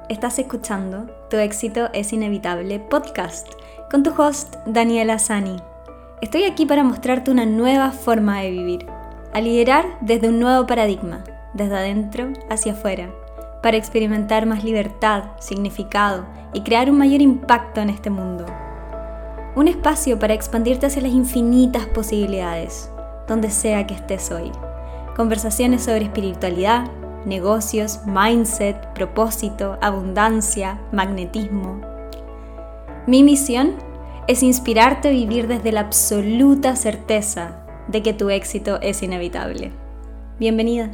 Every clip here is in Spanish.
Estás escuchando Tu éxito es inevitable podcast con tu host Daniela Sani. Estoy aquí para mostrarte una nueva forma de vivir, a liderar desde un nuevo paradigma, desde adentro hacia afuera, para experimentar más libertad, significado y crear un mayor impacto en este mundo. Un espacio para expandirte hacia las infinitas posibilidades, donde sea que estés hoy. Conversaciones sobre espiritualidad, negocios, mindset, propósito, abundancia, magnetismo. Mi misión es inspirarte a vivir desde la absoluta certeza de que tu éxito es inevitable. Bienvenida.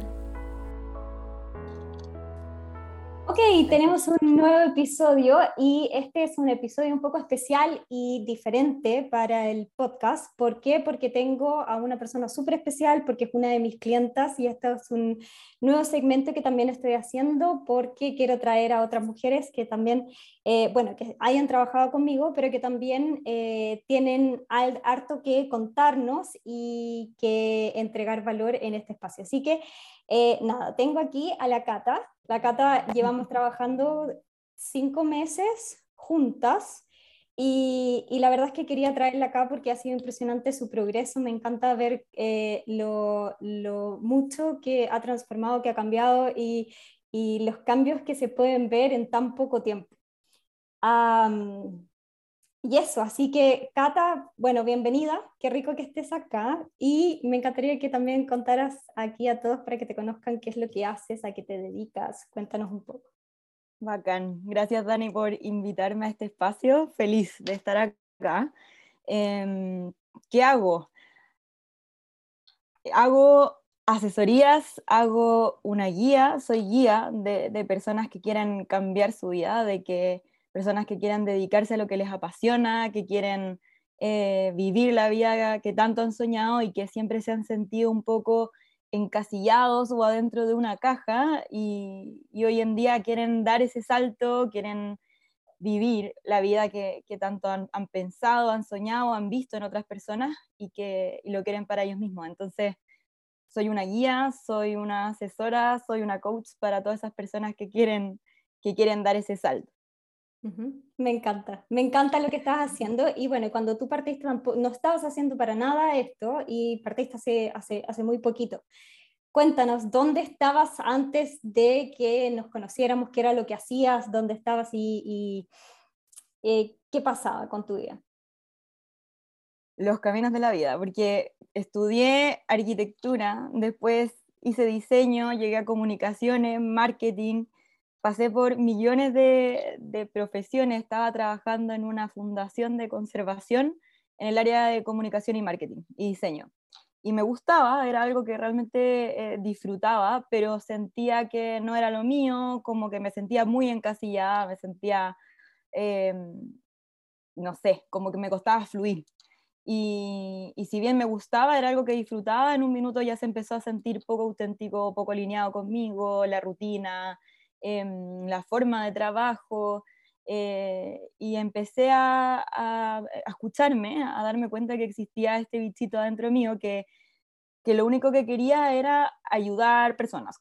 Ok, tenemos un nuevo episodio y este es un episodio un poco especial y diferente para el podcast. ¿Por qué? Porque tengo a una persona súper especial, porque es una de mis clientas y este es un nuevo segmento que también estoy haciendo porque quiero traer a otras mujeres que también, que hayan trabajado conmigo, pero que también tienen harto que contarnos y que entregar valor en este espacio. Así que, tengo aquí a la Cata. La Cata llevamos trabajando 5 meses juntas y la verdad es que quería traerla acá porque ha sido impresionante su progreso. Me encanta ver lo mucho que ha transformado, que ha cambiado y los cambios que se pueden ver en tan poco tiempo. Am, y eso, así que Cata, bueno, bienvenida, qué rico que estés acá y me encantaría que también contaras aquí a todos para que te conozcan qué es lo que haces, a qué te dedicas, cuéntanos un poco. Bacán. Gracias, Dani, por invitarme a este espacio. Feliz de estar acá. ¿Qué hago? Hago asesorías, hago una guía, soy guía de personas que quieran cambiar su vida, personas que quieran dedicarse a lo que les apasiona, que quieren vivir la vida que tanto han soñado y que siempre se han sentido un poco encasillados o adentro de una caja y hoy en día quieren dar ese salto, quieren vivir la vida que tanto han pensado, han soñado, han visto en otras personas y lo quieren para ellos mismos. Entonces, soy una guía, soy una asesora, soy una coach para todas esas personas que quieren dar ese salto. Me encanta lo que estás haciendo y bueno, cuando tú partiste no estabas haciendo para nada esto y partiste hace muy poquito. Cuéntanos, ¿dónde estabas antes de que nos conociéramos? ¿Qué era lo que hacías? ¿Dónde estabas y qué pasaba con tu vida? Los caminos de la vida, porque estudié arquitectura, después hice diseño, llegué a comunicaciones, marketing, pasé por millones de profesiones, estaba trabajando en una fundación de conservación en el área de comunicación y marketing y diseño. Y me gustaba, era algo que realmente disfrutaba, pero sentía que no era lo mío, como que me sentía muy encasillada, me sentía, eh, no sé, como que me costaba fluir. Y si bien me gustaba, era algo que disfrutaba, en un minuto ya se empezó a sentir poco auténtico, poco alineado conmigo, la rutina, la forma de trabajo, y empecé a escucharme, a darme cuenta que existía este bichito adentro mío que lo único que quería era ayudar personas,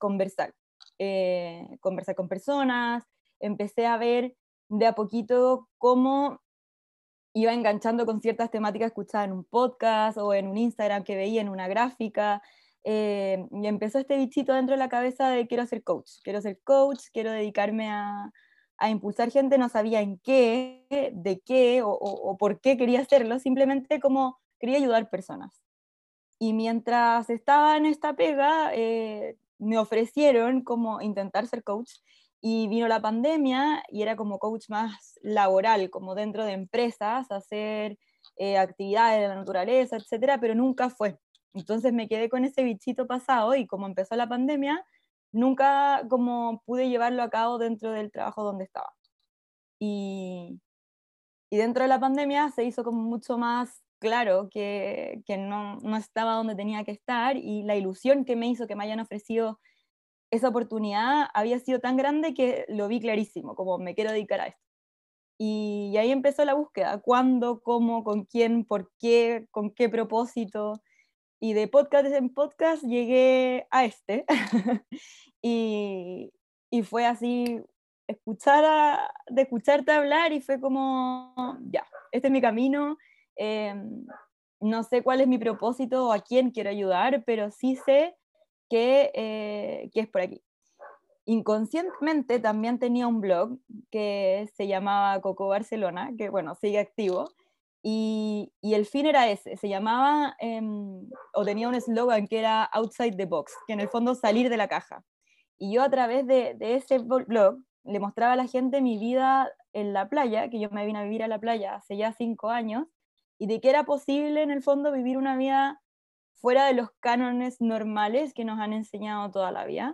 conversar con personas, empecé a ver de a poquito cómo iba enganchando con ciertas temáticas escuchadas en un podcast o en un Instagram que veía en una gráfica, y empezó este bichito dentro de la cabeza de quiero ser coach, quiero dedicarme a impulsar gente, no sabía en qué, de qué o por qué quería hacerlo, simplemente como quería ayudar personas. Y mientras estaba en esta pega, me ofrecieron como intentar ser coach y vino la pandemia y era como coach más laboral, como dentro de empresas, hacer actividades de la naturaleza, etcétera, pero nunca fue. Entonces me quedé con ese bichito pasado y como empezó la pandemia, nunca como pude llevarlo a cabo dentro del trabajo donde estaba. Y, y dentro de la pandemia se hizo como mucho más claro que no estaba donde tenía que estar y la ilusión que me hizo que me hayan ofrecido esa oportunidad había sido tan grande que lo vi clarísimo, como me quiero dedicar a esto. Y ahí empezó la búsqueda, cuándo, cómo, con quién, por qué, con qué propósito. Y de podcast en podcast llegué a este. y, y fue así de escucharte hablar, y fue como, ya, este es mi camino, eh, no sé cuál es mi propósito o a quién quiero ayudar, pero sí sé que es por aquí. Inconscientemente también tenía un blog que se llamaba Coco Barcelona, que bueno, sigue activo, y el fin era ese, se llamaba, o tenía un eslogan que era Outside the Box, que en el fondo salir de la caja. Y yo a través de ese blog le mostraba a la gente mi vida en la playa, que yo me vine a vivir a la playa hace ya 5 años, y de que era posible en el fondo vivir una vida fuera de los cánones normales que nos han enseñado toda la vida,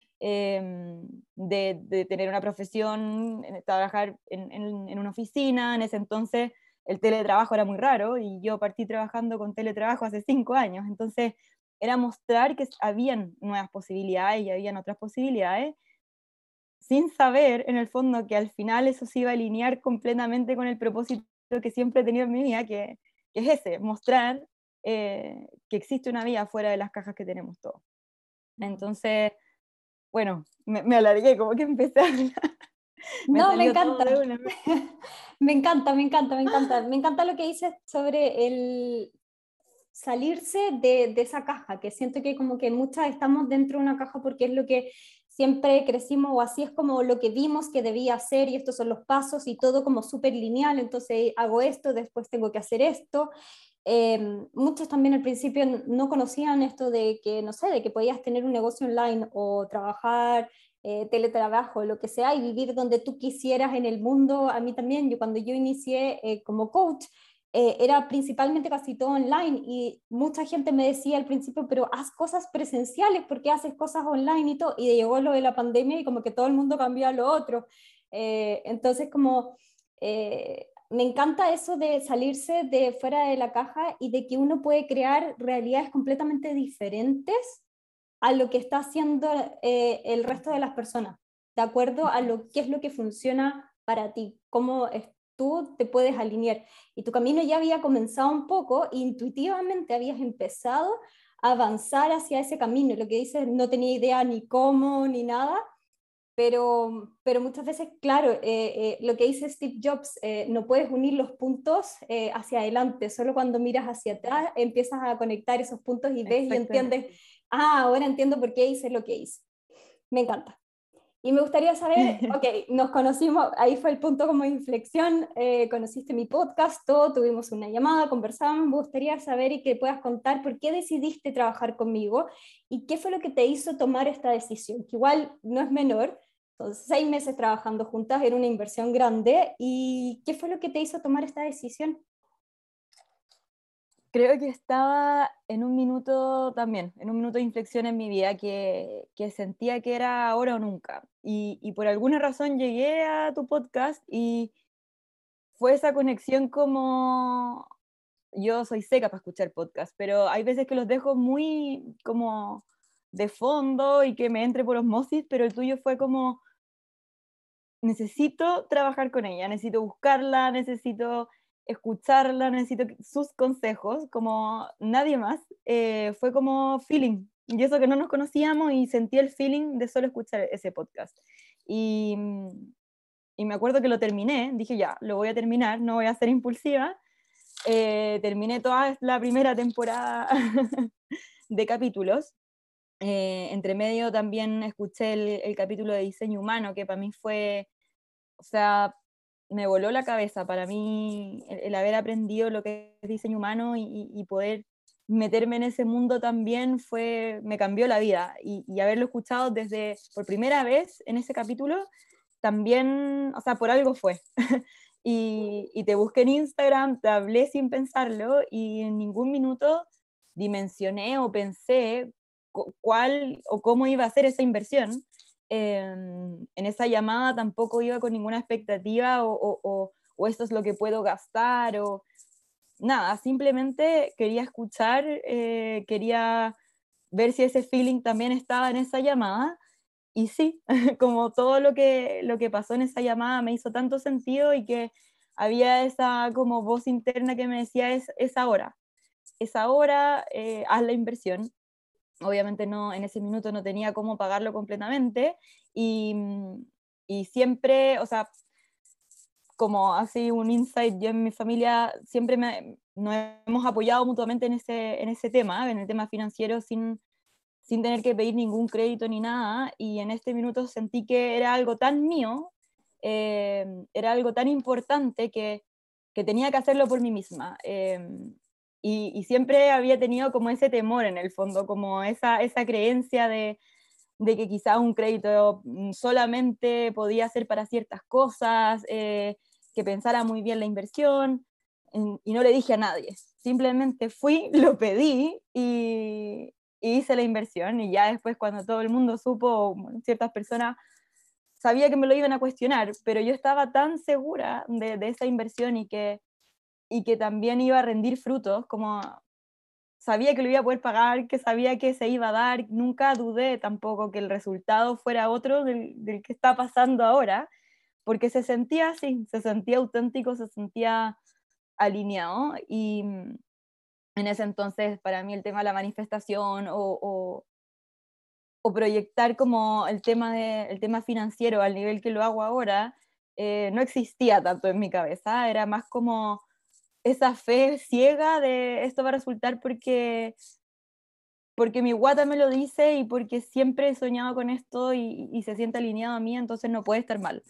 de tener una profesión, trabajar en una oficina. En ese entonces el teletrabajo era muy raro y yo partí trabajando con teletrabajo hace 5 años, entonces era mostrar que habían nuevas posibilidades y habían otras posibilidades, sin saber en el fondo que al final eso se iba a alinear completamente con el propósito que siempre he tenido en mi vida, que es ese, mostrar que existe una vida fuera de las cajas que tenemos todos. Entonces, bueno, me alargué, como que empecé a hablar. Me No, me salió todo de encanta. una. Me encanta, me encanta, me encanta. Me encanta lo que dices sobre el salirse de esa caja, que siento que como que muchas estamos dentro de una caja porque es lo que siempre crecimos o así es como lo que vimos que debía hacer y estos son los pasos y todo como súper lineal, entonces hago esto, después tengo que hacer esto. Muchos también al principio no conocían esto de que, no sé, de que podías tener un negocio online o trabajar, teletrabajo, lo que sea, y vivir donde tú quisieras en el mundo. A mí también, cuando yo inicié como coach, era principalmente casi todo online y mucha gente me decía al principio, pero haz cosas presenciales, ¿por qué haces cosas online y todo? Y llegó lo de la pandemia y como que todo el mundo cambió a lo otro. Entonces como me encanta eso de salirse de fuera de la caja y de que uno puede crear realidades completamente diferentes a lo que está haciendo el resto de las personas, de acuerdo a lo que es lo que funciona para ti, cómo tú te puedes alinear. Y tu camino ya había comenzado un poco, intuitivamente habías empezado a avanzar hacia ese camino. Lo que dices, no tenía idea ni cómo ni nada, pero muchas veces, claro, lo que dice Steve Jobs, no puedes unir los puntos hacia adelante, solo cuando miras hacia atrás empiezas a conectar esos puntos y ves y entiendes, Exactamente. ah, ahora entiendo por qué hice lo que hice. Me encanta. Y me gustaría saber, ok, nos conocimos, ahí fue el punto como de inflexión, conociste mi podcast, todo, tuvimos una llamada, conversamos, me gustaría saber y que puedas contar por qué decidiste trabajar conmigo y qué fue lo que te hizo tomar esta decisión, que igual no es menor, son 6 meses trabajando juntas, era una inversión grande, y qué fue lo que te hizo tomar esta decisión. Creo que estaba en un minuto también, en un minuto de inflexión en mi vida, que sentía que era ahora o nunca. Y por alguna razón llegué a tu podcast y fue esa conexión. Como yo soy seca para escuchar podcast, pero hay veces que los dejo muy como de fondo y que me entre por osmosis, pero el tuyo fue como, necesito trabajar con ella, necesito buscarla, necesito escucharla, necesito sus consejos, como nadie más. Fue como feeling, y eso que no nos conocíamos, y sentí el feeling de solo escuchar ese podcast. Y, y me acuerdo que lo terminé, dije ya, lo voy a terminar, no voy a ser impulsiva. Terminé toda la primera temporada de capítulos. Entre medio también escuché el capítulo de diseño humano, que para mí fue, o sea, me voló la cabeza. Para mí, el haber aprendido lo que es diseño humano y poder meterme en ese mundo también me cambió la vida. Y haberlo escuchado por primera vez en ese capítulo, también, o sea, por algo fue. Y te busqué en Instagram, te hablé sin pensarlo, y en ningún minuto dimensioné o pensé cuál o cómo iba a ser esa inversión. En esa llamada tampoco iba con ninguna expectativa o esto es lo que puedo gastar o nada, simplemente quería escuchar, quería ver si ese feeling también estaba en esa llamada. Y sí, como todo lo que pasó en esa llamada me hizo tanto sentido, y que había esa como voz interna que me decía, es ahora, haz la inversión. Obviamente no, en ese minuto no tenía cómo pagarlo completamente, y, y siempre, o sea, como así un insight, yo en mi familia siempre nos hemos apoyado mutuamente en ese tema, en el tema financiero, sin tener que pedir ningún crédito ni nada, y en este minuto sentí que era algo tan mío, era algo tan importante que tenía que hacerlo por mí misma. Y siempre había tenido como ese temor en el fondo, como esa creencia de que quizá un crédito solamente podía ser para ciertas cosas, que pensara muy bien la inversión, y no le dije a nadie. Simplemente fui, lo pedí y hice la inversión, y ya después cuando todo el mundo supo, bueno, ciertas personas sabía que me lo iban a cuestionar, pero yo estaba tan segura de esa inversión y que también iba a rendir frutos, como sabía que lo iba a poder pagar, que sabía que se iba a dar, nunca dudé tampoco que el resultado fuera otro del que está pasando ahora, porque se sentía así, se sentía auténtico, se sentía alineado, y en ese entonces para mí el tema de la manifestación o proyectar como el tema financiero al nivel que lo hago ahora, no existía tanto en mi cabeza, era más como esa fe ciega de esto va a resultar porque mi guata me lo dice y porque siempre he soñado con esto y se siente alineado a mí, entonces no puede estar mal.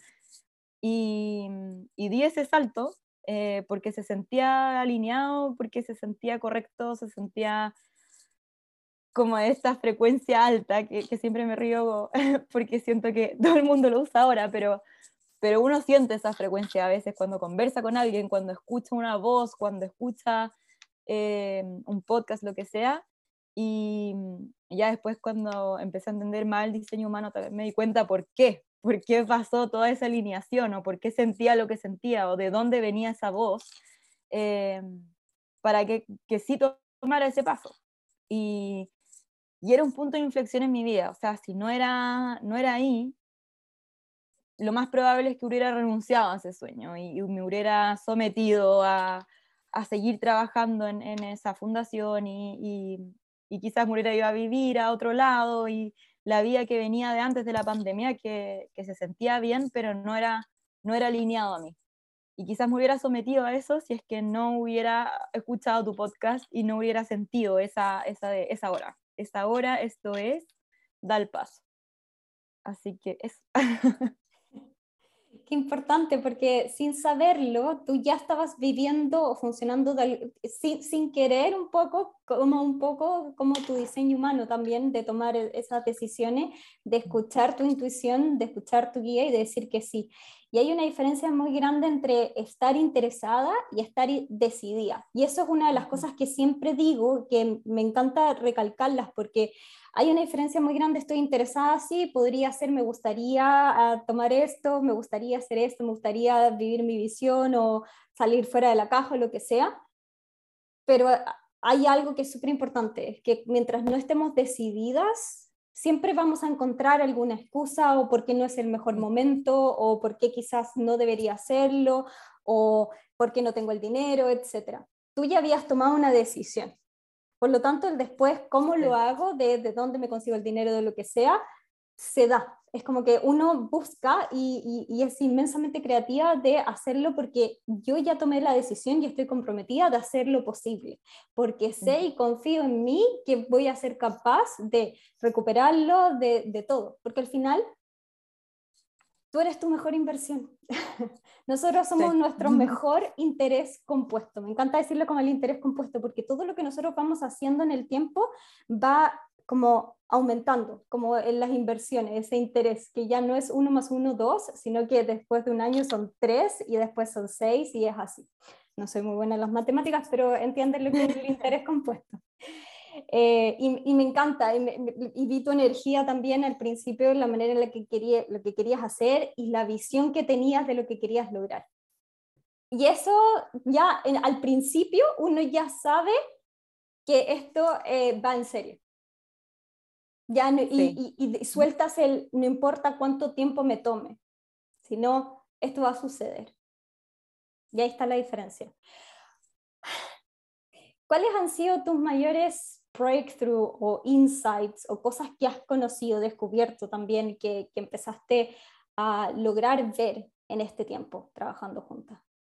Y di ese salto porque se sentía alineado, porque se sentía correcto, se sentía como esta frecuencia alta, que siempre me río porque siento que todo el mundo lo usa ahora, pero uno siente esa frecuencia a veces cuando conversa con alguien, cuando escucha una voz, cuando escucha un podcast, lo que sea. Y ya después cuando empecé a entender más el diseño humano, también me di cuenta por qué pasó toda esa alineación, o por qué sentía lo que sentía, o de dónde venía esa voz, eh, para que sí tomara ese paso. Y, y era un punto de inflexión en mi vida, o sea, si no era ahí, lo más probable es que hubiera renunciado a ese sueño y me hubiera sometido a seguir trabajando en esa fundación y quizás me hubiera ido a vivir a otro lado, y la vida que venía de antes de la pandemia, que se sentía bien, pero no era alineado a mí. Y quizás me hubiera sometido a eso si es que no hubiera escuchado tu podcast y no hubiera sentido esa hora. Esa hora, esto es, da el paso. Así que eso. Qué importante, porque sin saberlo, tú ya estabas viviendo o funcionando sin querer un poco como tu diseño humano también, de tomar esas decisiones, de escuchar tu intuición, de escuchar tu guía y de decir que sí. Y hay una diferencia muy grande entre estar interesada y estar decidida. Y eso es una de las cosas que siempre digo, que me encanta recalcarlas, porque hay una diferencia muy grande. Estoy interesada, sí, podría ser, me gustaría tomar esto, me gustaría hacer esto, me gustaría vivir mi visión o salir fuera de la caja o lo que sea, pero hay algo que es súper importante, es que mientras no estemos decididas, siempre vamos a encontrar alguna excusa, o por qué no es el mejor momento, o por qué quizás no debería hacerlo, o por qué no tengo el dinero, etcétera. Tú ya habías tomado una decisión. Por lo tanto, el después, cómo lo Sí. hago, de dónde me consigo el dinero, de lo que sea, se da. Es como que uno busca y es inmensamente creativa de hacerlo, porque yo ya tomé la decisión y estoy comprometida de hacer lo posible, porque sé y confío en mí que voy a ser capaz de recuperarlo de todo, porque al final tú eres tu mejor inversión. Nosotros somos Sí. nuestro mejor interés compuesto. Me encanta decirlo como el interés compuesto, porque todo lo que nosotros vamos haciendo en el tiempo va como aumentando, como en las inversiones, ese interés, que ya no es 1 más 1, 2, sino que después de un año son 3 y después son 6 y es así. No soy muy buena en las matemáticas, pero entienden lo que es el interés compuesto. Y me encanta, y vi tu energía también al principio, la manera en la que lo que querías hacer y la visión que tenías de lo que querías lograr. Y eso ya al principio uno ya sabe que esto va en serio. Ya no, Sí. y sueltas el no importa cuánto tiempo me tome, sino esto va a suceder. Y ahí está la diferencia. ¿Cuáles han sido tus mayores breakthroughs o insights o cosas que has conocido, descubierto también, que empezaste a lograr ver en este tiempo trabajando juntas?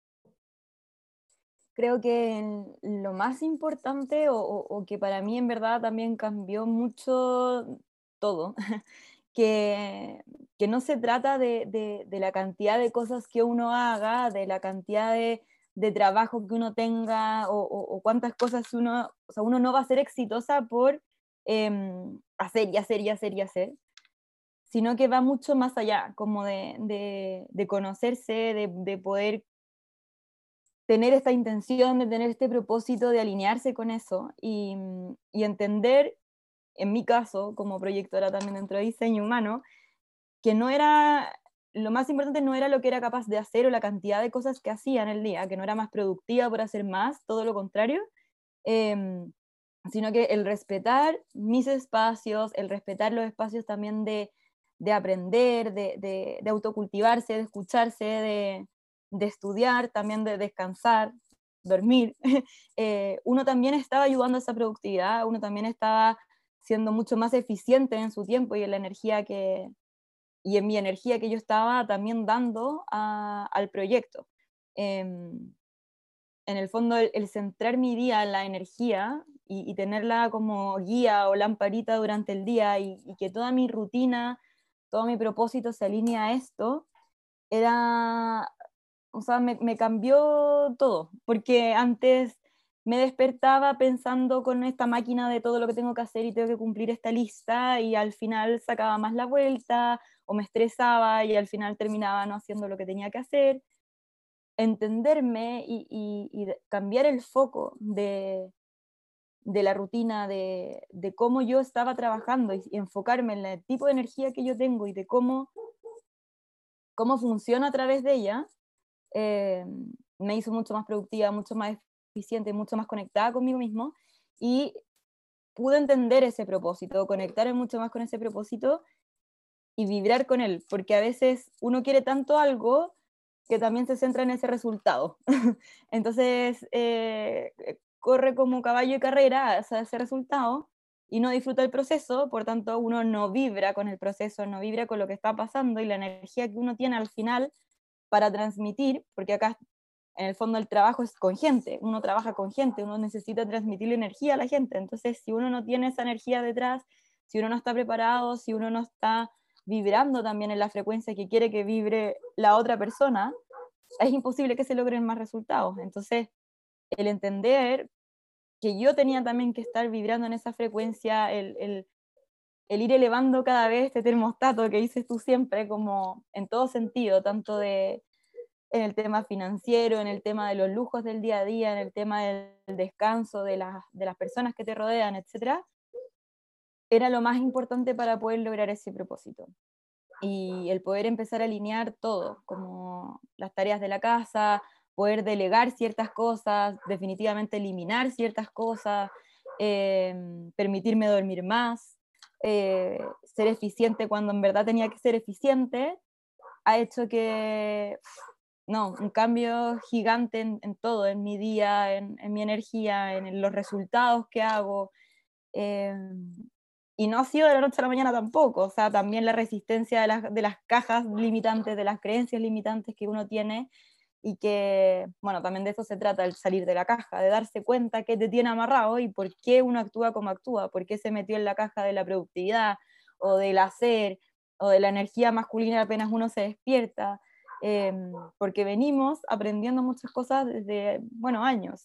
Creo que lo más importante o que para mí en verdad también cambió mucho todo, que, que no se trata de la cantidad de cosas que uno haga, de la cantidad de trabajo que uno tenga o cuántas cosas uno, o sea, uno no va a ser exitosa por hacer y hacer y hacer y hacer, sino que va mucho más allá, como de conocerse, de poder tener esta intención, de tener este propósito, de alinearse con eso y entender, en mi caso, como proyectora también dentro de diseño humano, que no era, lo más importante no era lo que era capaz de hacer o la cantidad de cosas que hacía en el día, que no era más productiva por hacer más, todo lo contrario, eh, sino que el respetar mis espacios, el respetar los espacios también de aprender, de autocultivarse, de escucharse, de estudiar, también de descansar, dormir, uno también estaba ayudando a esa productividad, uno también estaba siendo mucho más eficiente en su tiempo y en la energía y en mi energía que yo estaba también dando al proyecto. En el fondo, el centrar mi día en la energía y tenerla como guía o lamparita durante el día y que toda mi rutina, todo mi propósito se alinee a esto, era, o sea, me cambió todo, porque antes me despertaba pensando con esta máquina de todo lo que tengo que hacer y tengo que cumplir esta lista y al final sacaba más la vuelta o me estresaba y al final terminaba no haciendo lo que tenía que hacer. Entenderme y cambiar el foco de la rutina, de cómo yo estaba trabajando y enfocarme en el tipo de energía que yo tengo y de cómo funciona a través de ella, eh, me hizo mucho más productiva, mucho más eficiente, mucho más conectada conmigo mismo y pude entender ese propósito, conectarme mucho más con ese propósito y vibrar con él, porque a veces uno quiere tanto algo que también se centra en ese resultado. Entonces, corre como caballo de carrera hacia ese resultado y no disfruta el proceso, por tanto uno no vibra con el proceso, no vibra con lo que está pasando y la energía que uno tiene al final para transmitir, porque acá en el fondo el trabajo es con gente, uno trabaja con gente, uno necesita transmitirle energía a la gente, entonces si uno no tiene esa energía detrás, si uno no está preparado, si uno no está vibrando también en la frecuencia que quiere que vibre la otra persona, es imposible que se logren más resultados. Entonces, el entender que yo tenía también que estar vibrando en esa frecuencia, el ir elevando cada vez este termostato que dices tú siempre, como en todo sentido, tanto en el tema financiero, en el tema de los lujos del día a día, en el tema del descanso de las personas que te rodean, etcétera, era lo más importante para poder lograr ese propósito. Y el poder empezar a alinear todo, como las tareas de la casa, poder delegar ciertas cosas, definitivamente eliminar ciertas cosas, permitirme dormir más, ser eficiente cuando en verdad tenía que ser eficiente, ha hecho que, no, un cambio gigante en todo, en mi día, en mi energía, en los resultados que hago. eh, y no ha sido de la noche a la mañana tampoco, o sea, también la resistencia de las cajas limitantes, de las creencias limitantes que uno tiene y que, bueno, también de eso se trata, el salir de la caja, de darse cuenta qué te tiene amarrado y por qué uno actúa como actúa, por qué se metió en la caja de la productividad o del hacer o de la energía masculina apenas uno se despierta, porque venimos aprendiendo muchas cosas desde, bueno, años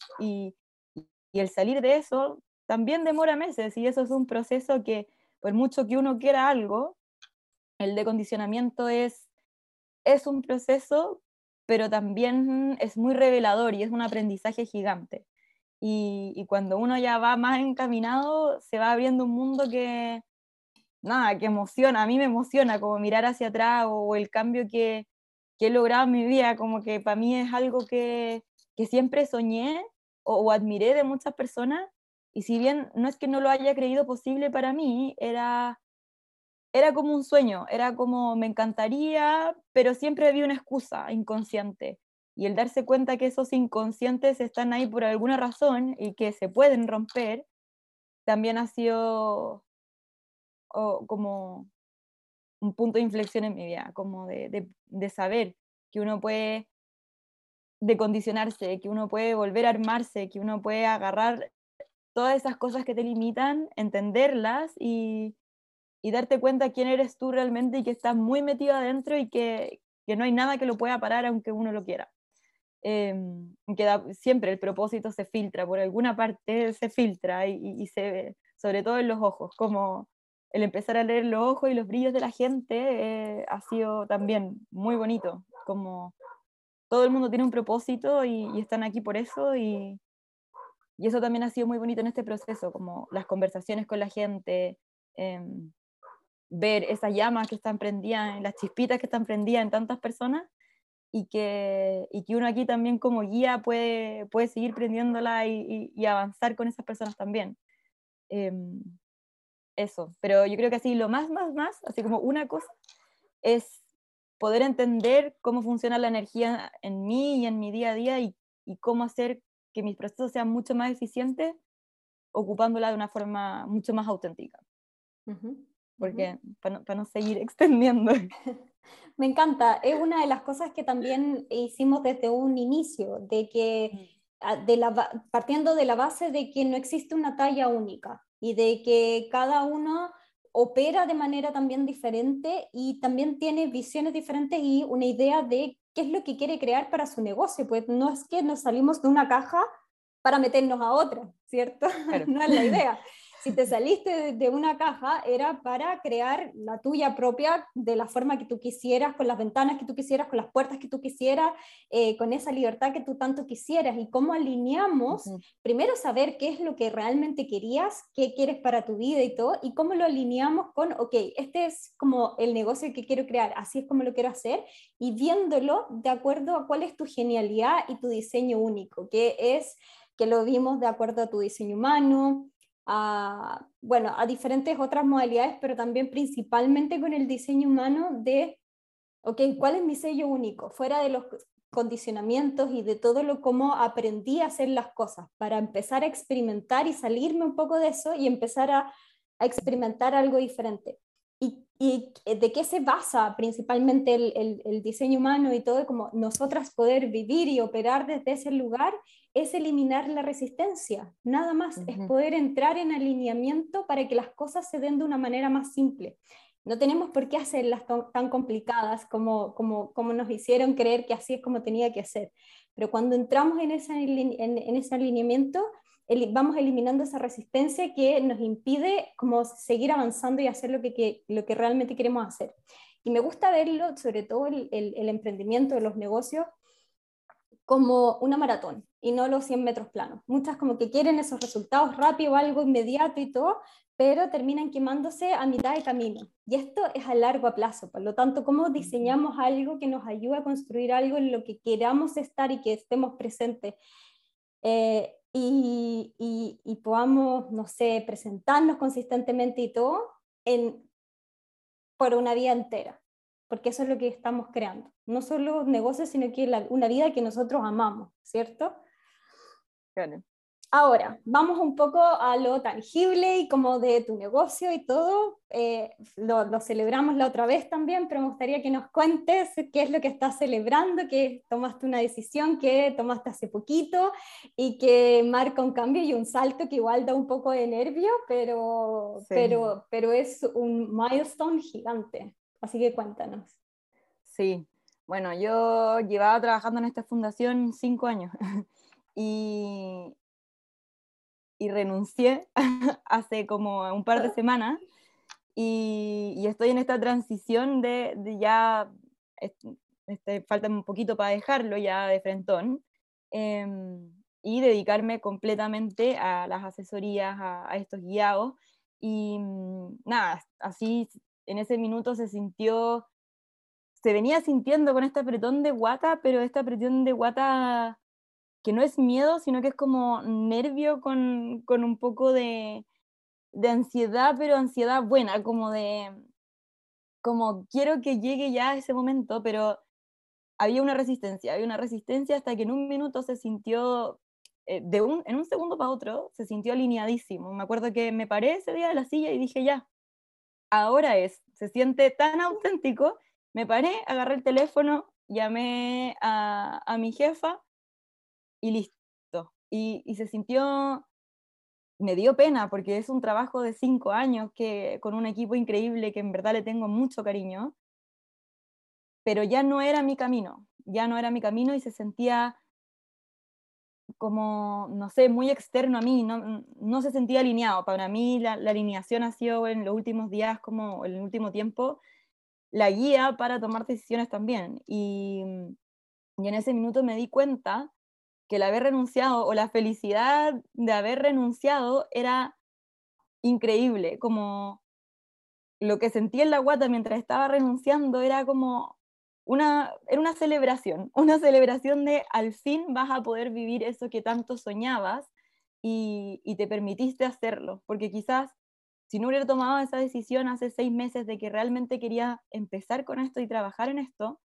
y el salir de eso también demora meses y eso es un proceso que por mucho que uno quiera algo, el decondicionamiento es un proceso, pero también es muy revelador y es un aprendizaje gigante. Y cuando uno ya va más encaminado, se va abriendo un mundo que, nada, que emociona, a mí me emociona como mirar hacia atrás o el cambio que he logrado en mi vida, como que para mí es algo que siempre soñé o admiré de muchas personas, y si bien no es que no lo haya creído posible para mí, era como un sueño, era como me encantaría, pero siempre había una excusa inconsciente. Y el darse cuenta que esos inconscientes están ahí por alguna razón y que se pueden romper, también ha sido como un punto de inflexión en mi vida, como de saber que uno puede decondicionarse, que uno puede volver a armarse, que uno puede agarrar todas esas cosas que te limitan, entenderlas y darte cuenta quién eres tú realmente y que estás muy metido adentro y que no hay nada que lo pueda parar aunque uno lo quiera. Siempre el propósito se filtra, por alguna parte se filtra y se ve, sobre todo en los ojos, como el empezar a leer los ojos y los brillos de la gente ha sido también muy bonito, como todo el mundo tiene un propósito y están aquí por eso y eso también ha sido muy bonito en este proceso, como las conversaciones con la gente, ver esas llamas que están prendidas, las chispitas que están prendidas en tantas personas y que uno aquí también como guía puede seguir prendiéndola y avanzar con esas personas también. Eso, pero yo creo que así lo más, así como una cosa, es poder entender cómo funciona la energía en mí y en mi día a día y cómo hacer que mis procesos sean mucho más eficientes ocupándola de una forma mucho más auténtica. Porque para no seguir extendiendo. Me encanta, es una de las cosas que también hicimos desde un inicio, de que partiendo de la base de que no existe una talla única y de que cada uno opera de manera también diferente y también tiene visiones diferentes y una idea de qué es lo que quiere crear para su negocio, pues no es que nos salimos de una caja para meternos a otra, ¿cierto? Claro. No es la idea. Si te saliste de una caja, era para crear la tuya propia de la forma que tú quisieras, con las ventanas que tú quisieras, con las puertas que tú quisieras, con esa libertad que tú tanto quisieras. Y cómo alineamos, primero saber qué es lo que realmente querías, qué quieres para tu vida y todo, y cómo lo alineamos con, ok, este es como el negocio que quiero crear, así es como lo quiero hacer, y viéndolo de acuerdo a cuál es tu genialidad y tu diseño único, que lo vimos de acuerdo a tu diseño humano, bueno, a diferentes otras modalidades, pero también principalmente con el diseño humano de, ok, ¿cuál es mi sello único? Fuera de los condicionamientos y de todo lo cómo aprendí a hacer las cosas, para empezar a experimentar y salirme un poco de eso y empezar a experimentar algo diferente. ¿Y de qué se basa principalmente el diseño humano y todo, como nosotras poder vivir y operar desde ese lugar? Es eliminar la resistencia, nada más, es poder entrar en alineamiento para que las cosas se den de una manera más simple. No tenemos por qué hacerlas tan complicadas como nos hicieron creer que así es como tenía que ser. Pero cuando entramos en ese alineamiento, vamos eliminando esa resistencia que nos impide como seguir avanzando y hacer lo que realmente queremos hacer. Y me gusta verlo, sobre todo el emprendimiento de los negocios, como una maratón y no los 100 metros planos. Muchas como que quieren esos resultados rápido, algo inmediato y todo, pero terminan quemándose a mitad de camino. Y esto es a largo plazo, por lo tanto, ¿cómo diseñamos algo que nos ayude a construir algo en lo que queramos estar y que estemos presentes? Y podamos, no sé, presentarnos consistentemente y todo por una vida entera, porque eso es lo que estamos creando. No solo negocios, sino que una vida que nosotros amamos, ¿cierto? Claro. Ahora, vamos un poco a lo tangible y como de tu negocio y todo. Lo celebramos la otra vez también, pero me gustaría que nos cuentes qué es lo que estás celebrando, que tomaste una decisión que tomaste hace poquito y que marca un cambio y un salto que igual da un poco de nervio, Sí. pero es un milestone gigante. Así que cuéntanos. Sí, bueno, yo llevaba trabajando en esta fundación 5 años y, y renuncié hace como un par de semanas y estoy en esta transición de ya, falta un poquito para dejarlo ya de frentón y dedicarme completamente a las asesorías, a estos guiados y nada, así en ese minuto se venía sintiendo con este apretón de guata, pero este apretón de guata que no es miedo, sino que es como nervio con un poco de ansiedad, pero ansiedad buena, como quiero que llegue ya ese momento, pero había una resistencia hasta que en un minuto se sintió, en un segundo para otro, se sintió alineadísimo. Me acuerdo que me paré ese día de la silla y dije, ya, ahora se siente tan auténtico. Me paré, agarré el teléfono, llamé a mi jefa y listo. Y se sintió, me dio pena porque es un trabajo de 5 años que, con un equipo increíble que en verdad le tengo mucho cariño, pero ya no era mi camino, ya no era mi camino y se sentía como, no sé, muy externo a mí, no se sentía alineado. Para mí la alineación ha sido en los últimos días, como en el último tiempo, la guía para tomar decisiones también. Y en ese minuto me di cuenta que el haber renunciado o la felicidad de haber renunciado era increíble, como lo que sentí en la guata mientras estaba renunciando era como era una celebración de al fin vas a poder vivir eso que tanto soñabas y te permitiste hacerlo, porque quizás si no hubiera tomado esa decisión hace 6 meses de que realmente quería empezar con esto y trabajar en esto,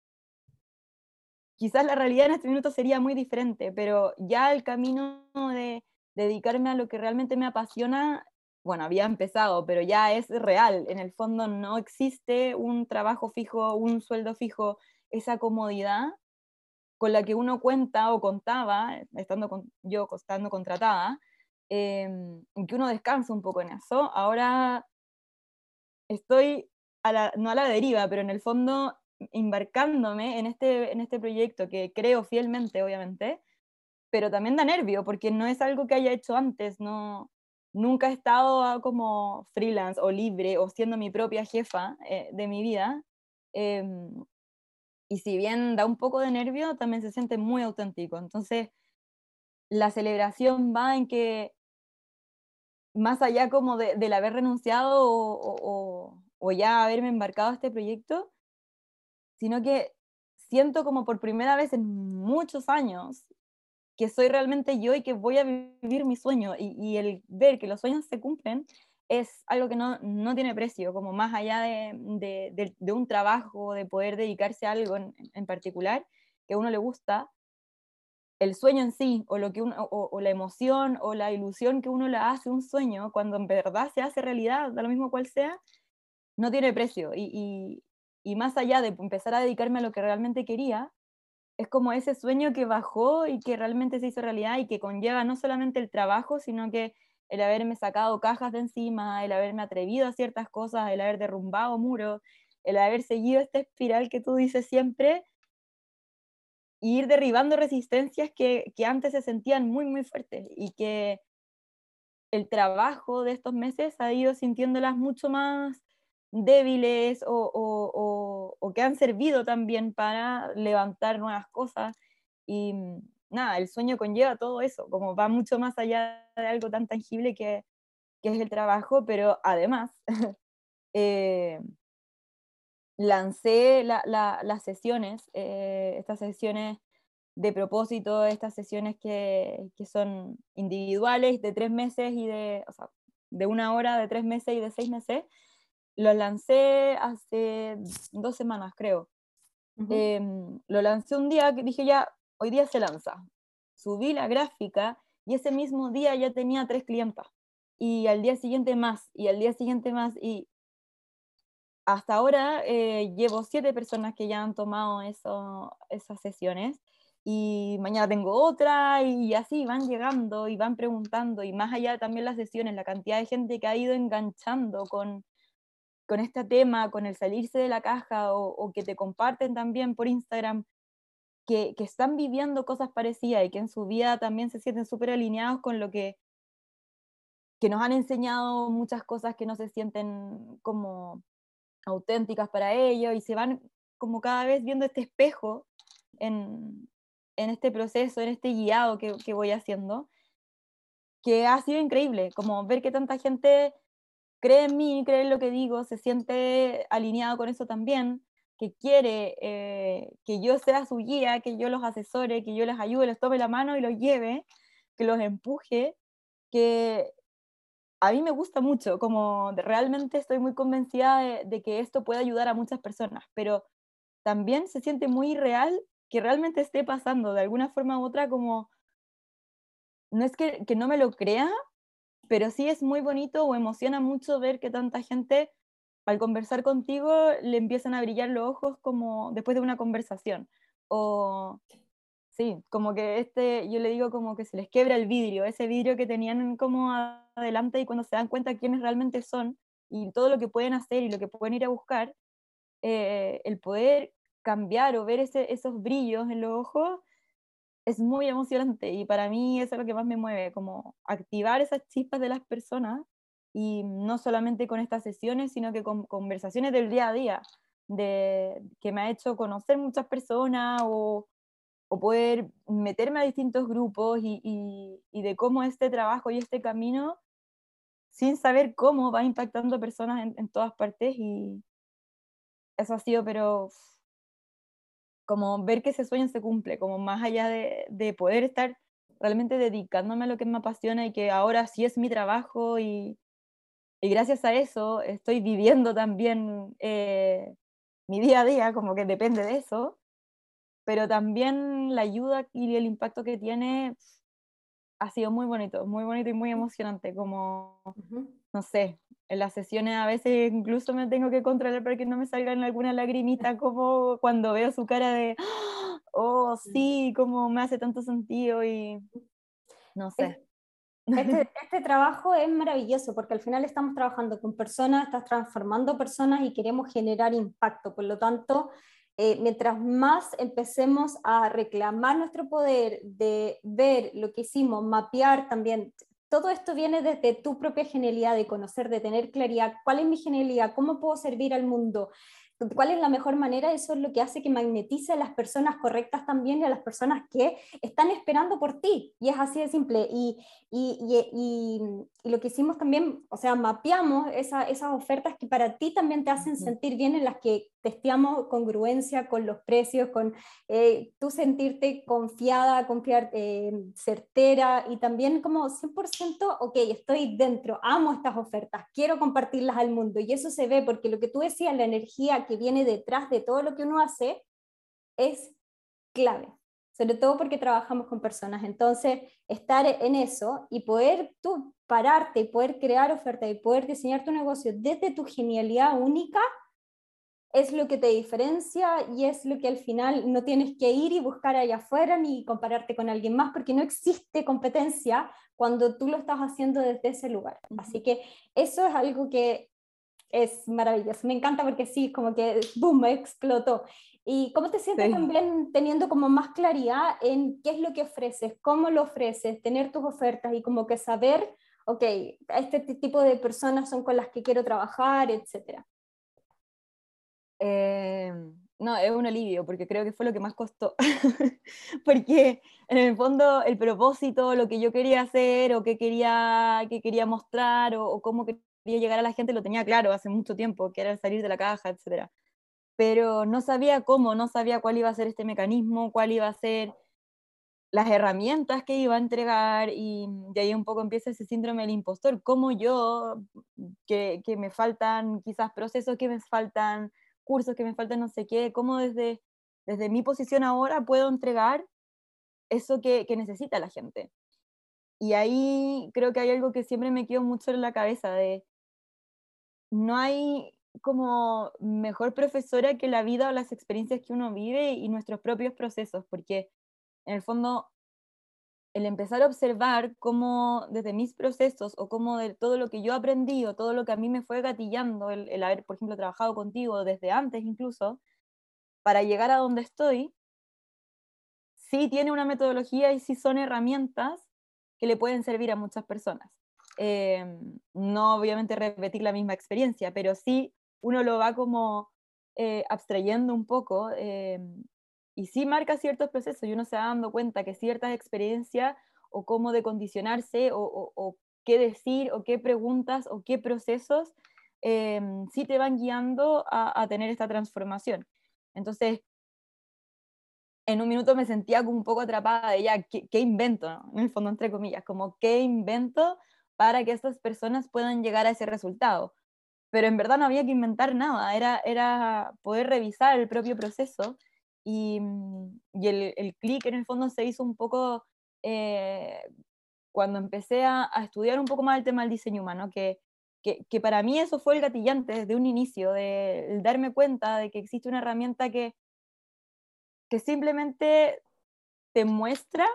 quizás la realidad en este minuto sería muy diferente, pero ya el camino de dedicarme a lo que realmente me apasiona, bueno, había empezado, pero ya es real. En el fondo no existe un trabajo fijo, un sueldo fijo, esa comodidad con la que uno cuenta o contaba, yo estando contratada, en que uno descansa un poco en eso. Ahora estoy no a la deriva, pero en el fondo embarcándome en este proyecto que creo fielmente, obviamente, pero también da nervio, porque no es algo que haya hecho antes, no, nunca he estado como freelance o libre o siendo mi propia jefa de mi vida. em, y si bien da un poco de nervio, también se siente muy auténtico. Entonces, la celebración va en que más allá como del haber renunciado o ya haberme embarcado a este proyecto, sino que siento como por primera vez en muchos años que soy realmente yo y que voy a vivir mi sueño. Y el ver que los sueños se cumplen es algo que no tiene precio, como más allá de un trabajo, de poder dedicarse a algo en particular que a uno le gusta, el sueño en sí, o, lo que o la emoción o la ilusión que uno le hace un sueño, cuando en verdad se hace realidad, da lo mismo cual sea, no tiene precio. Y más allá de empezar a dedicarme a lo que realmente quería, es como ese sueño que bajó y que realmente se hizo realidad y que conlleva no solamente el trabajo, sino que el haberme sacado cajas de encima, el haberme atrevido a ciertas cosas, el haber derrumbado muros, el haber seguido esta espiral que tú dices siempre, y ir derribando resistencias que antes se sentían muy, muy fuertes y que el trabajo de estos meses ha ido sintiéndolas mucho más débiles o que han servido también para levantar nuevas cosas. Y nada, el sueño conlleva todo eso, como va mucho más allá de algo tan tangible que es el trabajo, pero además eh, lancé las sesiones, estas sesiones de propósito, estas sesiones que son individuales de 3 meses o sea, de 1 hora, de 3 meses y de 6 meses, los lancé hace 2 semanas, creo. Ujú. Lo lancé un día que dije ya, hoy día se lanza. Subí la gráfica y ese mismo día ya tenía 3 clientas. Y al día siguiente más, y al día siguiente más, y hasta ahora llevo 7 personas que ya han tomado esas sesiones y mañana tengo otra y así van llegando y van preguntando y más allá también las sesiones, la cantidad de gente que ha ido enganchando con este tema, con el salirse de la caja o que te comparten también por Instagram que están viviendo cosas parecidas y que en su vida también se sienten súper alineados con lo que nos han enseñado muchas cosas que no se sienten como auténticas para ellos y se van como cada vez viendo este espejo en, en este proceso, en este guiado que voy haciendo, que ha sido increíble, como ver que tanta gente cree en mí, cree en lo que digo, se siente alineado con eso también, que quiere que yo sea su guía, que yo los asesore, que yo les ayude, les tome la mano y los lleve, que los empuje, que a mí me gusta mucho, como realmente estoy muy convencida de que esto puede ayudar a muchas personas, pero también se siente muy real que realmente esté pasando de alguna forma u otra, como no es que no me lo crea, pero sí es muy bonito o emociona mucho ver que tanta gente al conversar contigo le empiezan a brillar los ojos como después de una conversación. O sí, como que yo le digo como que se les quiebra el vidrio, ese vidrio que tenían como adelante, y cuando se dan cuenta quiénes realmente son y todo lo que pueden hacer y lo que pueden ir a buscar, el poder cambiar o ver esos brillos en los ojos es muy emocionante, y para mí eso es lo que más me mueve, como activar esas chispas de las personas, y no solamente con estas sesiones, sino que con conversaciones del día a día, que me ha hecho conocer muchas personas, o poder meterme a distintos grupos, y de cómo este trabajo y este camino, sin saber cómo, va impactando a personas en todas partes, y eso ha sido, pero como ver que ese sueño se cumple, como más allá de poder estar realmente dedicándome a lo que me apasiona y que ahora sí es mi trabajo, y gracias a eso estoy viviendo también mi día a día, como que depende de eso, pero también la ayuda y el impacto que tiene ha sido muy bonito y muy emocionante, como, Ujú. no sé, en las sesiones a veces incluso me tengo que controlar para que no me salgan alguna lagrimita, como cuando veo su cara de, oh, sí, como me hace tanto sentido, y no Es- sé. este trabajo es maravilloso porque al final estamos trabajando con personas, estás transformando personas y queremos generar impacto. Por lo tanto, mientras más empecemos a reclamar nuestro poder de ver lo que hicimos, mapear también, todo esto viene desde tu propia genialidad de conocer, de tener claridad, cuál es mi genialidad, cómo puedo servir al mundo, cuál es la mejor manera. Eso es lo que hace que magnetice a las personas correctas también y a las personas que están esperando por ti. Y es así de simple. Y lo que hicimos también, o sea, mapeamos esas ofertas que para ti también te hacen Ujú. sentir bien, en las que testeamos congruencia con los precios, con tú sentirte confiada, confiar, certera, y también como 100%, ok, estoy dentro, amo estas ofertas, quiero compartirlas al mundo. Y eso se ve porque lo que tú decías, la energía que viene detrás de todo lo que uno hace es clave, sobre todo porque trabajamos con personas. Entonces, estar en eso y poder tú pararte y poder crear ofertas y poder diseñar tu negocio desde tu genialidad única es lo que te diferencia, y es lo que al final no tienes que ir y buscar allá afuera ni compararte con alguien más, porque no existe competencia cuando tú lo estás haciendo desde ese lugar. Ujú. Así que eso es algo que es maravilloso. Me encanta porque sí, como que, boom, me explotó. ¿Y cómo te sientes Sí. también teniendo como más claridad en qué es lo que ofreces, cómo lo ofreces, tener tus ofertas y como que saber, ok, este tipo de personas son con las que quiero trabajar, etcétera? No, es un alivio, porque creo que fue lo que más costó. Porque en el fondo el propósito, lo que yo quería hacer, o que quería mostrar, o cómo quería llegar a la gente, lo tenía claro hace mucho tiempo, que era salir de la caja, etcétera. Pero no sabía cómo, no sabía cuál iba a ser este mecanismo, cuál iba a ser las herramientas que iba a entregar, y de ahí un poco empieza ese síndrome del impostor, como yo, que me faltan quizás procesos, que me faltan cursos, que me faltan no sé qué, cómo desde mi posición ahora puedo entregar eso que necesita la gente. Y ahí creo que hay algo que siempre me quedó mucho en la cabeza, de no hay como mejor profesora que la vida o las experiencias que uno vive y nuestros propios procesos, porque en el fondo el empezar a observar cómo desde mis procesos, o cómo de todo lo que yo aprendí, o todo lo que a mí me fue gatillando, el haber, por ejemplo, trabajado contigo desde antes incluso, para llegar a donde estoy, sí tiene una metodología y sí son herramientas que le pueden servir a muchas personas. No obviamente repetir la misma experiencia, pero sí uno lo va como abstrayendo un poco, y sí marca ciertos procesos, y uno se va dando cuenta que ciertas experiencias, o cómo de condicionarse, o qué decir, o qué preguntas, o qué procesos, sí te van guiando a tener esta transformación. Entonces, en un minuto me sentía como un poco atrapada de ya, ¿qué invento? ¿No? En el fondo, entre comillas, como ¿qué invento para que estas personas puedan llegar a ese resultado? Pero en verdad no había que inventar nada, era poder revisar el propio proceso, y el clic en el fondo se hizo un poco eh, cuando empecé a estudiar un poco más el tema del diseño humano, que que para mí eso fue el gatillante desde un inicio, de el darme cuenta de que existe una herramienta que simplemente te muestra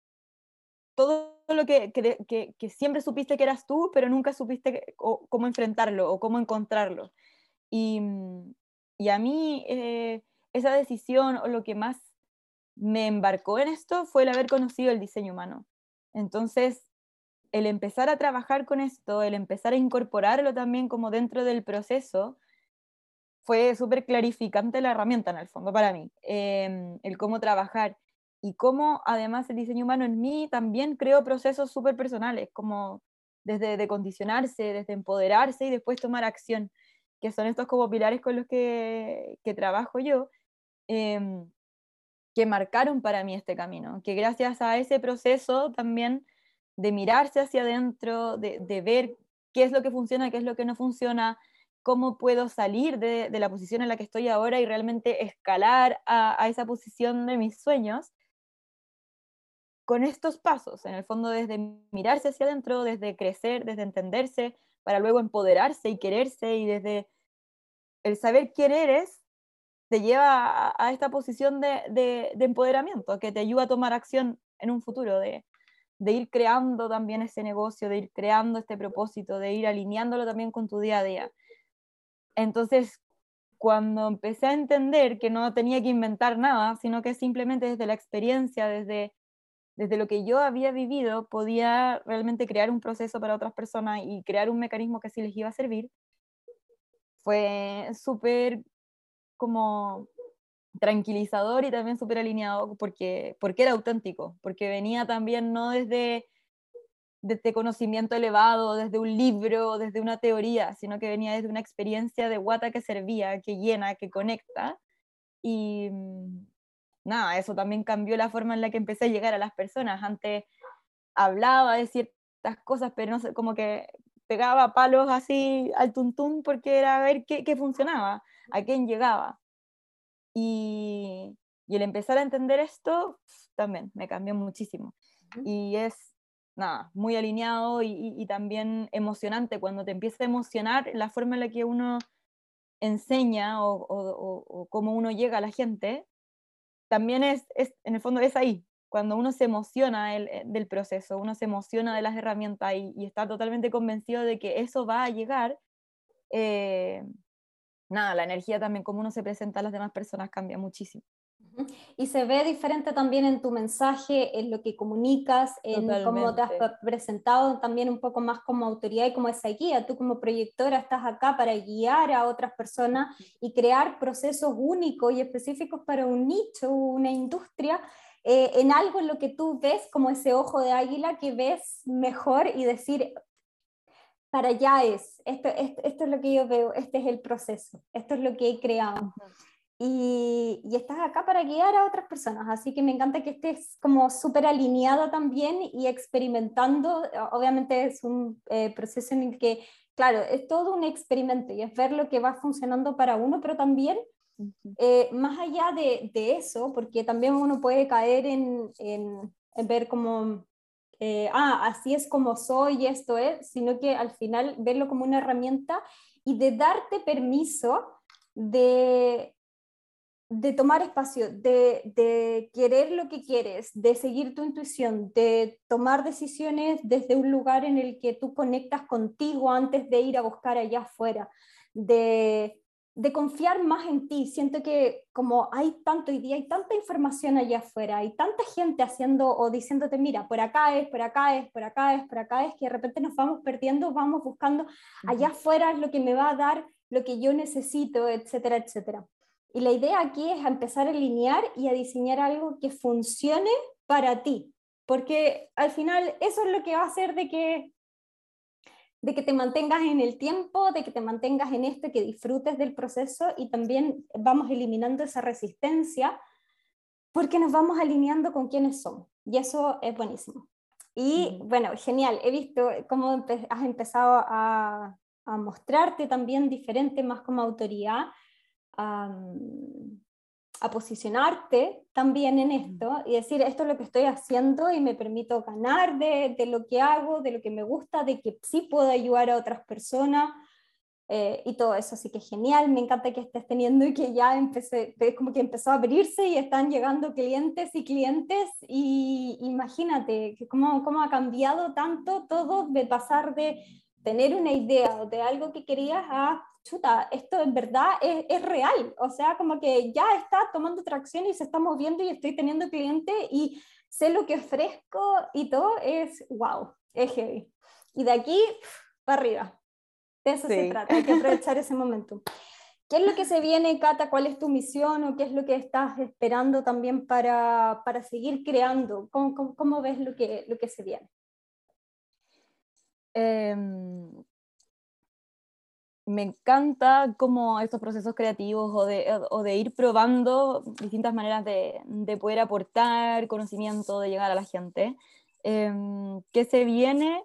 todo lo que siempre supiste que eras tú, pero nunca supiste cómo enfrentarlo o cómo encontrarlo. Y, y a mí esa decisión o lo que más me embarcó en esto fue el haber conocido el diseño humano. Entonces, el empezar a trabajar con esto, el empezar a incorporarlo también como dentro del proceso, fue súper clarificante la herramienta en el fondo para mí, el cómo trabajar y cómo además el diseño humano en mí también creó procesos súper personales, como desde de condicionarse, desde empoderarse y después tomar acción, que son estos como pilares con los que trabajo yo, eh, que marcaron para mí este camino, que gracias a ese proceso también de mirarse hacia adentro, de ver qué es lo que funciona, qué es lo que no funciona, cómo puedo salir de la posición en la que estoy ahora y realmente escalar a esa posición de mis sueños, con estos pasos, en el fondo desde mirarse hacia adentro, desde crecer, desde entenderse, para luego empoderarse y quererse, y desde el saber quién eres, te lleva a esta posición de empoderamiento, que te ayuda a tomar acción en un futuro, de ir creando también ese negocio, de ir creando este propósito, de ir alineándolo también con tu día a día. Entonces, cuando empecé a entender que no tenía que inventar nada, sino que simplemente desde la experiencia, desde lo que yo había vivido, podía realmente crear un proceso para otras personas y crear un mecanismo que sí les iba a servir, fue súper como tranquilizador y también súper alineado porque era auténtico, porque venía también no desde conocimiento elevado, desde un libro, desde una teoría, sino que venía desde una experiencia de guata que servía, que llena, que conecta. Y nada, eso también cambió la forma en la que empecé a llegar a las personas. Antes hablaba de ciertas cosas, pero no sé, como que pegaba palos así al tuntún porque era a ver qué funcionaba, a quién llegaba. Y el empezar a entender esto también me cambió muchísimo. Y es, nada, muy alineado y también emocionante cuando te empieza a emocionar la forma en la que uno enseña o cómo uno llega a la gente, también en el fondo es ahí, cuando uno se emociona del proceso, uno se emociona de las herramientas y está totalmente convencido de que eso va a llegar, eh, nada, la energía también, como uno se presenta a las demás personas cambia muchísimo. Y se ve diferente también en tu mensaje, en lo que comunicas, en cómo te has Totalmente. presentado también un poco más como autoridad y como esa guía. Tú como proyectora estás acá para guiar a otras personas y crear procesos únicos y específicos para un nicho, una industria, en algo en lo que tú ves como ese ojo de águila que ves mejor y decir, para allá es, esto es lo que yo veo, este es el proceso, esto es lo que he creado Ujú. y estás acá para guiar a otras personas, así que me encanta que estés como súper alineada también y experimentando, obviamente es un proceso en el que, claro, es todo un experimento y es ver lo que va funcionando para uno, pero también Ujú. más allá de eso, porque también uno puede caer en ver como, así es como soy y esto es, sino que al final verlo como una herramienta y de darte permiso de tomar espacio, de querer lo que quieres, de seguir tu intuición, de tomar decisiones desde un lugar en el que tú conectas contigo antes de ir a buscar allá afuera, de confiar más en ti. Siento que como hay tanto hoy día, hay tanta información allá afuera, hay tanta gente haciendo o diciéndote, mira, por acá es, por acá es, por acá es, por acá es, que de repente nos vamos perdiendo, vamos buscando allá Ujú. afuera es lo que me va a dar lo que yo necesito, etcétera, etcétera. Y la idea aquí es empezar a alinear y a diseñar algo que funcione para ti, porque al final eso es lo que va a hacer de que te mantengas en el tiempo, de que te mantengas en esto, que disfrutes del proceso y también vamos eliminando esa resistencia porque nos vamos alineando con quienes somos. Y eso es buenísimo. Y Ujú. bueno, genial. He visto cómo has empezado a mostrarte también diferente, más como autoridad. Um, a posicionarte también en esto y decir, esto es lo que estoy haciendo y me permito ganar de lo que hago, de lo que me gusta, de que sí puedo ayudar a otras personas. Y todo eso, así que genial, me encanta que estés teniendo y que ya empecé, ves como que empezó a abrirse y están llegando clientes y imagínate que cómo ha cambiado tanto todo de pasar de tener una idea o de algo que querías a, chuta, esto en verdad es real, o sea, como que ya está tomando tracción y se está moviendo y estoy teniendo clientes y sé lo que ofrezco y todo es wow, es heavy. Y de aquí para arriba. De eso se Sí. trata, hay que aprovechar ese momento. ¿Qué es lo que se viene, Cata? ¿Cuál es tu misión o qué es lo que estás esperando también para seguir creando? ¿Cómo ves lo que se viene? Me encanta como estos procesos creativos o de ir probando distintas maneras de poder aportar conocimiento, de llegar a la gente. ¿Qué se viene?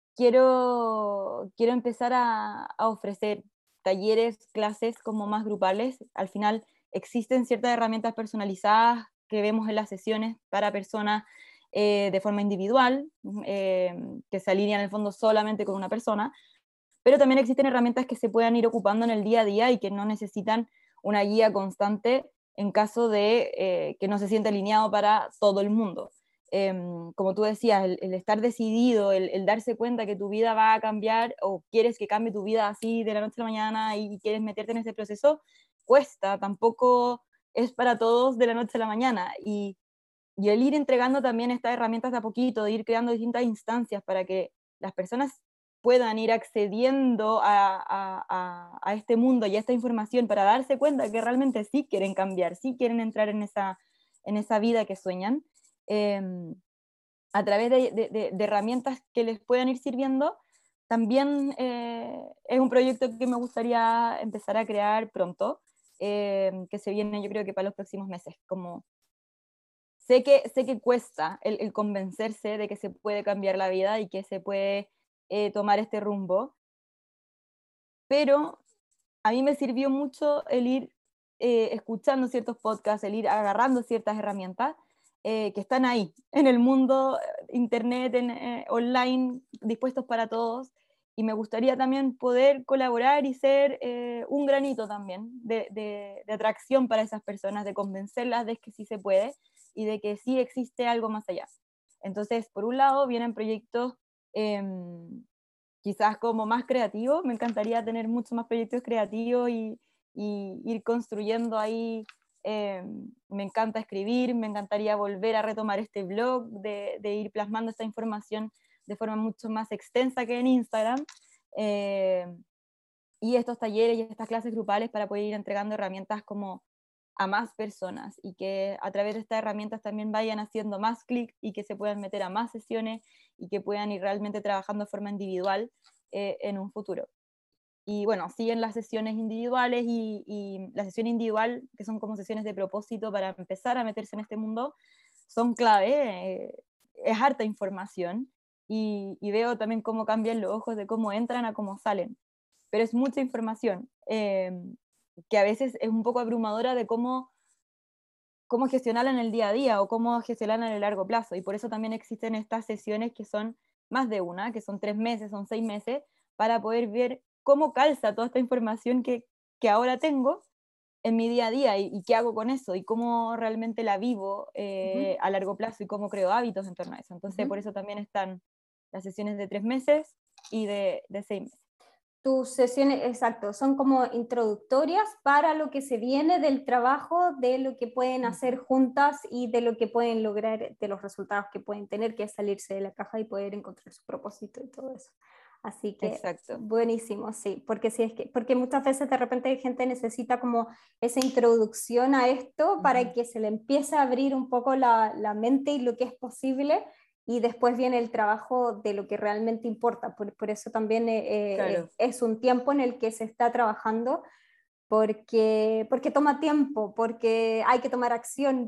Quiero empezar a ofrecer talleres, clases como más grupales. Al final existen ciertas herramientas personalizadas que vemos en las sesiones para personas de forma individual, que se alinean en el fondo solamente con una persona, pero también existen herramientas que se puedan ir ocupando en el día a día y que no necesitan una guía constante en caso de que no se sienta alineado para todo el mundo. Como tú decías, el estar decidido, el darse cuenta que tu vida va a cambiar o quieres que cambie tu vida así de la noche a la mañana y quieres meterte en ese proceso, cuesta, tampoco es para todos de la noche a la mañana. Y el ir entregando también estas herramientas de a poquito, de ir creando distintas instancias para que las personas puedan ir accediendo a este mundo y a esta información para darse cuenta que realmente sí quieren cambiar, sí quieren entrar en esa vida que sueñan, eh, a través de herramientas que les puedan ir sirviendo. También es un proyecto que me gustaría empezar a crear pronto, que se viene yo creo que para los próximos meses, como sé que cuesta el convencerse de que se puede cambiar la vida y que se puede tomar este rumbo, pero a mí me sirvió mucho el ir escuchando ciertos podcasts, el ir agarrando ciertas herramientas que están ahí, en el mundo, internet, online, dispuestos para todos. Y me gustaría también poder colaborar y ser un granito también de atracción para esas personas, de convencerlas de que sí se puede y de que sí existe algo más allá. Entonces, por un lado, vienen proyectos quizás como más creativos. Me encantaría tener muchos más proyectos creativos y ir construyendo ahí. Me encanta escribir, me encantaría volver a retomar este blog, de ir plasmando esta información de forma mucho más extensa que en Instagram. Eh, y estos talleres y estas clases grupales para poder ir entregando herramientas como a más personas y que a través de estas herramientas también vayan haciendo más clic y que se puedan meter a más sesiones y que puedan ir realmente trabajando de forma individual en un futuro. Y bueno, siguen las sesiones individuales y la sesión individual, que son como sesiones de propósito para empezar a meterse en este mundo, son clave, es harta información y veo también cómo cambian los ojos de cómo entran a cómo salen, pero es mucha información que a veces es un poco abrumadora de cómo gestionarla en el día a día o cómo gestionarla en el largo plazo. Y por eso también existen estas sesiones que son más de una, que son 3 meses, son 6 meses, para poder ver cómo calza toda esta información que ahora tengo en mi día a día y qué hago con eso y cómo realmente la vivo a largo plazo y cómo creo hábitos en torno a eso. Entonces, por eso también están las sesiones de 3 meses y de 6 meses. Tus sesiones, exacto, son como introductorias para lo que se viene del trabajo, de lo que pueden hacer juntas y de lo que pueden lograr, de los resultados que pueden tener, que es salirse de la caja y poder encontrar su propósito y todo eso. Así que Exacto. buenísimo, sí, porque si es que, porque muchas veces de repente gente necesita como esa introducción a esto para que se le empiece a abrir un poco la mente y lo que es posible y después viene el trabajo de lo que realmente importa. Por eso también Claro. es un tiempo en el que se está trabajando porque toma tiempo, porque hay que tomar acción,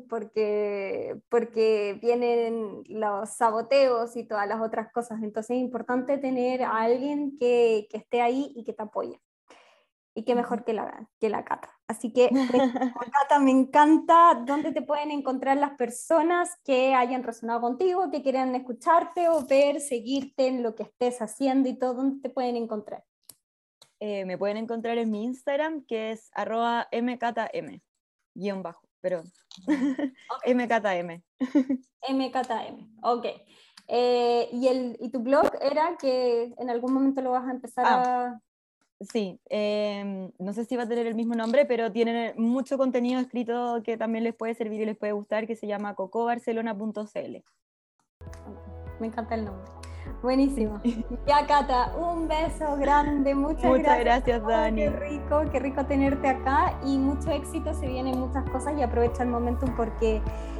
porque vienen los saboteos y todas las otras cosas. Entonces es importante tener a alguien que esté ahí y que te apoye. Y qué mejor que la Cata. Así que, Cata, me encanta. ¿Dónde te pueden encontrar las personas que hayan resonado contigo, que quieran escucharte o ver, seguirte en lo que estés haciendo y todo? ¿Dónde te pueden encontrar? Me pueden encontrar en mi Instagram, que es @mkatam, pero Okay. mkatam. MKTM, ok. ¿Y tu blog era que en algún momento lo vas a empezar a...? Sí, no sé si va a tener el mismo nombre, pero tiene mucho contenido escrito que también les puede servir y les puede gustar, que se llama cocobarcelona.cl. Me encanta el nombre. Buenísimo. Sí. Ya, Cata, un beso grande, muchas Gracias, Dani. Qué rico tenerte acá y mucho éxito, se vienen muchas cosas y aprovecha el momentum porque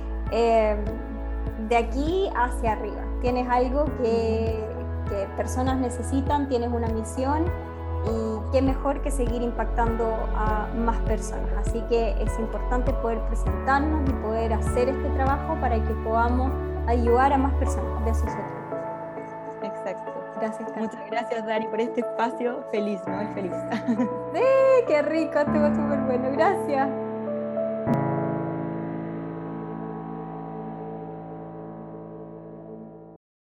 de aquí hacia arriba tienes algo que personas necesitan, tienes una misión y qué mejor que seguir impactando a más personas. Así que es importante poder presentarnos y poder hacer este trabajo para que podamos ayudar a más personas. De eso se trata. Exacto. Gracias, Carla. Muchas gracias, Dani, por este espacio. Feliz, ¿no? Es feliz. Sí, qué rico, estuvo súper bueno. Gracias.